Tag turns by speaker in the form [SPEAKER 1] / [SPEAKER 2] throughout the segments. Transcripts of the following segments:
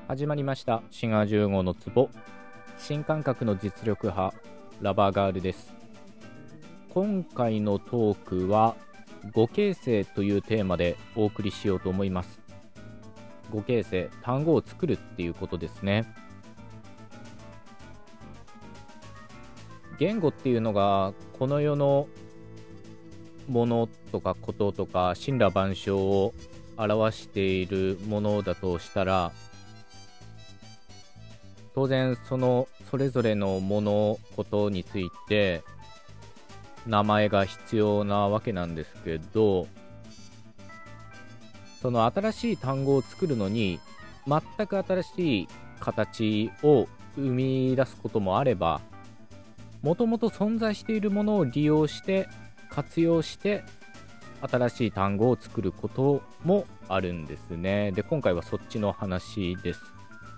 [SPEAKER 1] 始まりました滋賀15の壺、新感覚の実力派ラバーガールです。今回のトークは語形成というテーマでお送りしようと思います。語形成、単語を作るっていうことですね。言語っていうのがこの世のものとかこととか森羅万象を表しているものだとしたら、当然それぞれのものことについて名前が必要なわけなんですけど、その新しい単語を作るのに全く新しい形を生み出すこともあれば、もともと存在しているものを利用して活用して新しい単語を作ることもあるんですね。で、今回はそっちの話です。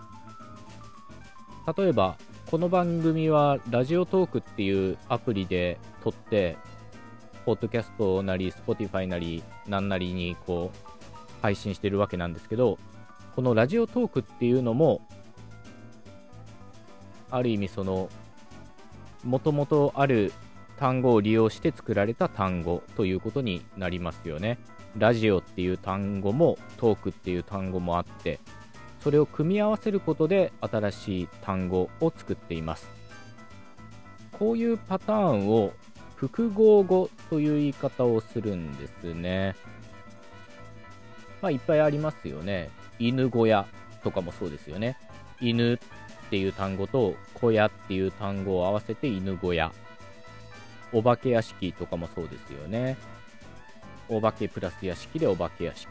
[SPEAKER 1] 例えばこの番組はラジオトークっていうアプリで撮って、ポッドキャストなり Spotify なり何なりにこう配信してるわけなんですけど、このラジオトークっていうのもある意味もともとある単語を利用して作られた単語ということになりますよね。ラジオっていう単語もトークっていう単語もあって、それを組み合わせることで新しい単語を作っています。こういうパターンを複合語という言い方をするんですね。いっぱいありますよね。犬小屋とかもそうですよね。犬っていう単語と小屋っていう単語を合わせて犬小屋。お化け屋敷とかもそうですよね。お化けプラス屋敷でお化け屋敷。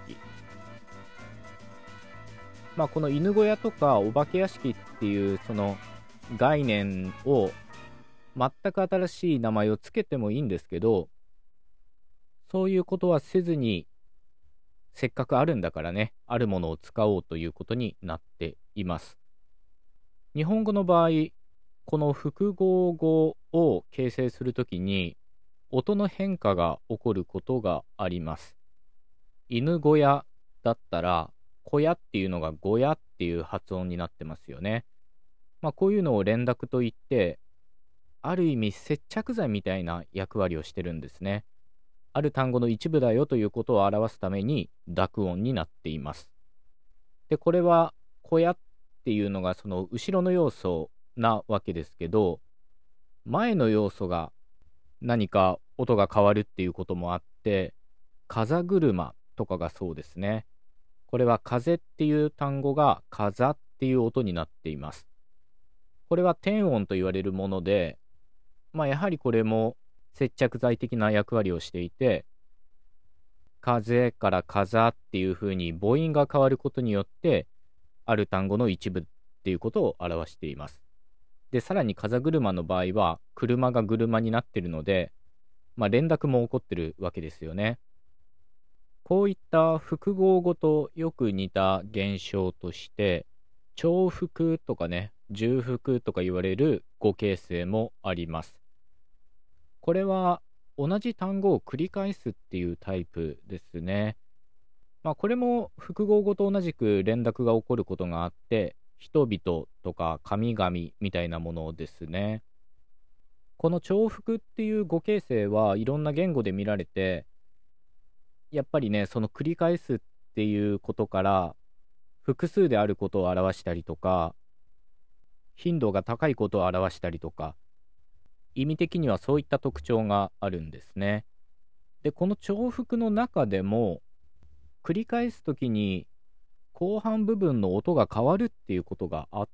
[SPEAKER 1] この犬小屋とかお化け屋敷っていうその概念を全く新しい名前をつけてもいいんですけど、そういうことはせずに、せっかくあるんだからね、あるものを使おうということになっています。日本語の場合、この複合語を形成するときに音の変化が起こることがあります。犬小屋だったら小屋っていうのが小屋っていう発音になってますよね。こういうのを連絡といって、ある意味接着剤みたいな役割をしてるんですね。ある単語の一部だよということを表すために濁音になっています。で、これは小屋っていうのがその後ろの要素なわけですけど、前の要素が何か音が変わるっていうこともあって、風車とかがそうですね。これは風っていう単語が風っていう音になっています。これは転音と言われるもので、やはりこれも接着剤的な役割をしていて、風から風っていう風に母音が変わることによって、ある単語の一部っていうことを表しています。で、さらに風車の場合は、車が車になっているので、連絡も起こってるわけですよね。こういった複合語とよく似た現象として、重複とかね、重複とか言われる語形成もあります。これは同じ単語を繰り返すっていうタイプですね。これも複合語と同じく連絡が起こることがあって、人々とか神々みたいなものですね。この重複っていう語形成はいろんな言語で見られて、やっぱりね、その繰り返すっていうことから複数であることを表したりとか、頻度が高いことを表したりとか、意味的にはそういった特徴があるんですね。で、この重複の中でも繰り返すときに後半部分の音が変わるっていうことがあって、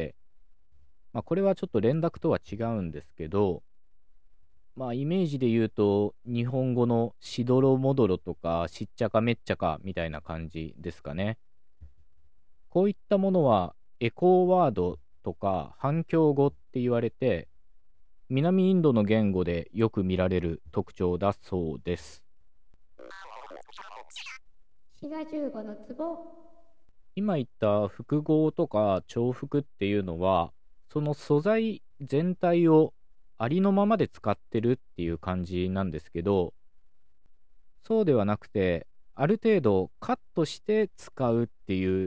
[SPEAKER 1] これはちょっと連絡とは違うんですけど、イメージで言うと日本語のしどろもどろとかしっちゃかめっちゃかみたいな感じですかね。こういったものはエコーワードとか反響語って言われて、南インドの言語でよく見られる特徴だそうです。
[SPEAKER 2] 滋賀15の壺。
[SPEAKER 1] 今言った複合とか重複っていうのは、その素材全体をありのままで使ってるっていう感じなんですけど、そうではなくて、ある程度カットして使うっていう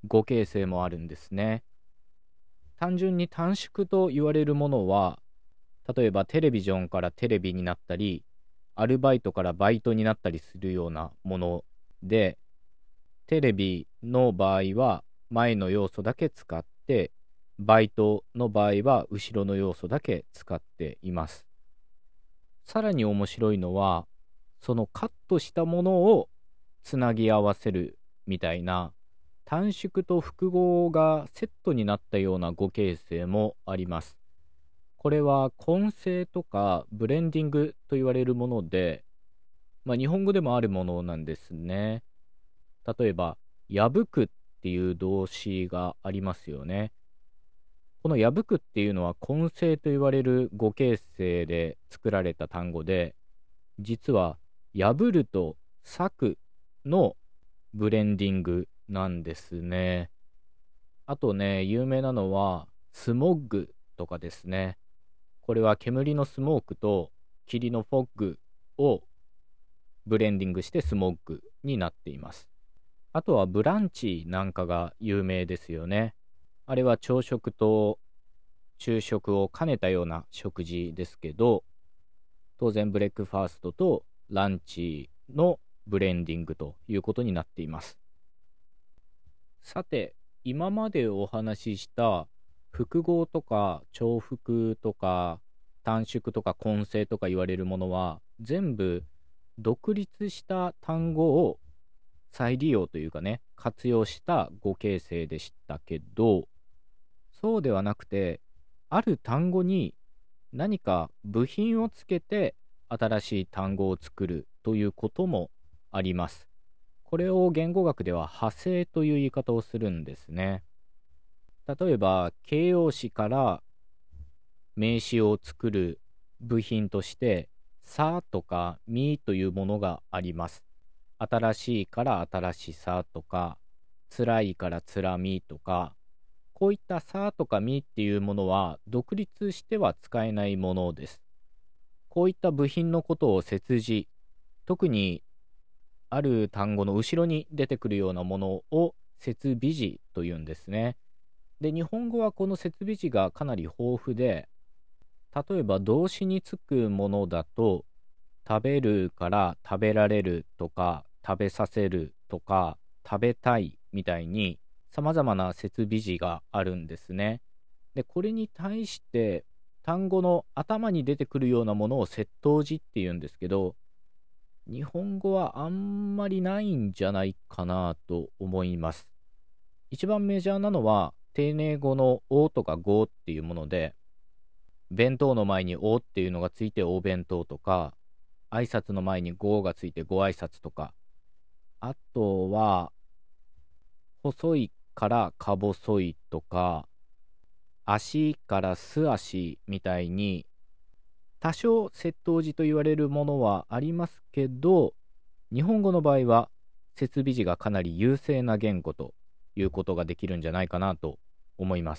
[SPEAKER 1] 語形成もあるんですね。単純に短縮と言われるものは、例えばテレビジョンからテレビになったり、アルバイトからバイトになったりするようなもので、テレビの場合は前の要素だけ使って、バイトの場合は後ろの要素だけ使っています。さらに面白いのは、そのカットしたものをつなぎ合わせるみたいな、短縮と複合がセットになったような語形成もあります。これは混成とかブレンディングと言われるもので、日本語でもあるものなんですね。例えば、破くっていう動詞がありますよね。この破くっていうのは混成と言われる語形成で作られた単語で、実は破ると裂くのブレンディングなんですね。あとね、有名なのはスモッグとかですね。これは煙のスモークと霧のフォッグをブレンディングしてスモッグになっています。あとはブランチなんかが有名ですよね。あれは朝食と昼食を兼ねたような食事ですけど、当然ブレックファーストとランチのブレンディングということになっています。さて、今までお話しした複合とか重複とか短縮とか混成とか言われるものは全部独立した単語を再利用というかね、活用した語形成でしたけど、そうではなくて、ある単語に何か部品をつけて新しい単語を作るということもあります。これを言語学では派生という言い方をするんですね。例えば形容詞から名詞を作る部品としてさとかみというものがあります。新しいから新しさとか、辛いから辛みとか、こういったさとかみっていうものは独立しては使えないものです。こういった部品のことを接字、特にある単語の後ろに出てくるようなものを接尾辞というんですね。で、日本語はこの接尾辞がかなり豊富で、例えば動詞につくものだと、食べるから食べられるとか、食べさせるとか、食べたいみたいに様々な接尾辞があるんですね。で、これに対して単語の頭に出てくるようなものを接頭辞っていうんですけど、日本語はあんまりないんじゃないかなと思います。一番メジャーなのは丁寧語のおとかごっていうもので、弁当の前におっていうのがついてお弁当とか、挨拶の前にごがついてご挨拶とか、あとは細いからか細いとか、足から素足みたいに多少接頭辞と言われるものはありますけど、日本語の場合は接尾辞がかなり優勢な言語ということができるんじゃないかなと思います。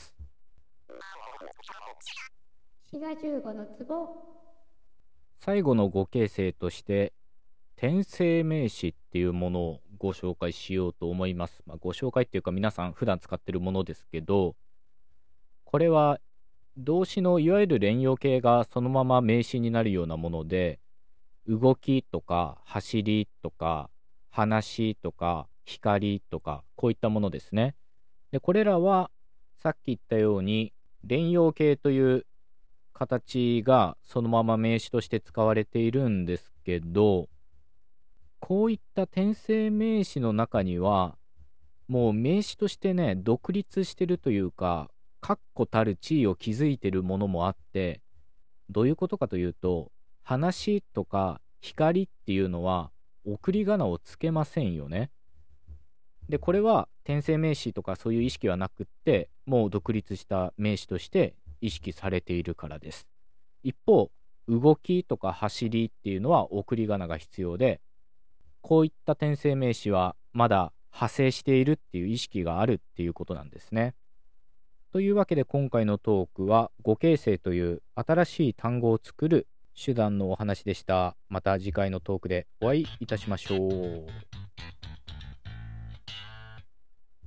[SPEAKER 2] 滋賀15の壺。
[SPEAKER 1] 最後の語形成として転生名詞っていうものをご紹介しようと思います。ご紹介っていうか皆さん普段使ってるものですけど、これは動詞のいわゆる連用形がそのまま名詞になるようなもので、動きとか走りとか話とか光とかこういったものですね。で、これらはさっき言ったように連用形という形がそのまま名詞として使われているんですけど、こういった転生名詞の中にはもう名詞としてね、独立してるというか、確固たる地位を築いてるものもあって、どういうことかというと、話とか光っていうのは送り仮名をつけませんよね。で、これは転生名詞とかそういう意識はなくって、もう独立した名詞として意識されているからです。一方、動きとか走りっていうのは送り仮名が必要で、こういった転生名詞はまだ派生しているっていう意識があるっていうことなんですね。というわけで今回のトークは語形成という新しい単語を作る手段のお話でした。また次回のトークでお会いいたしましょう。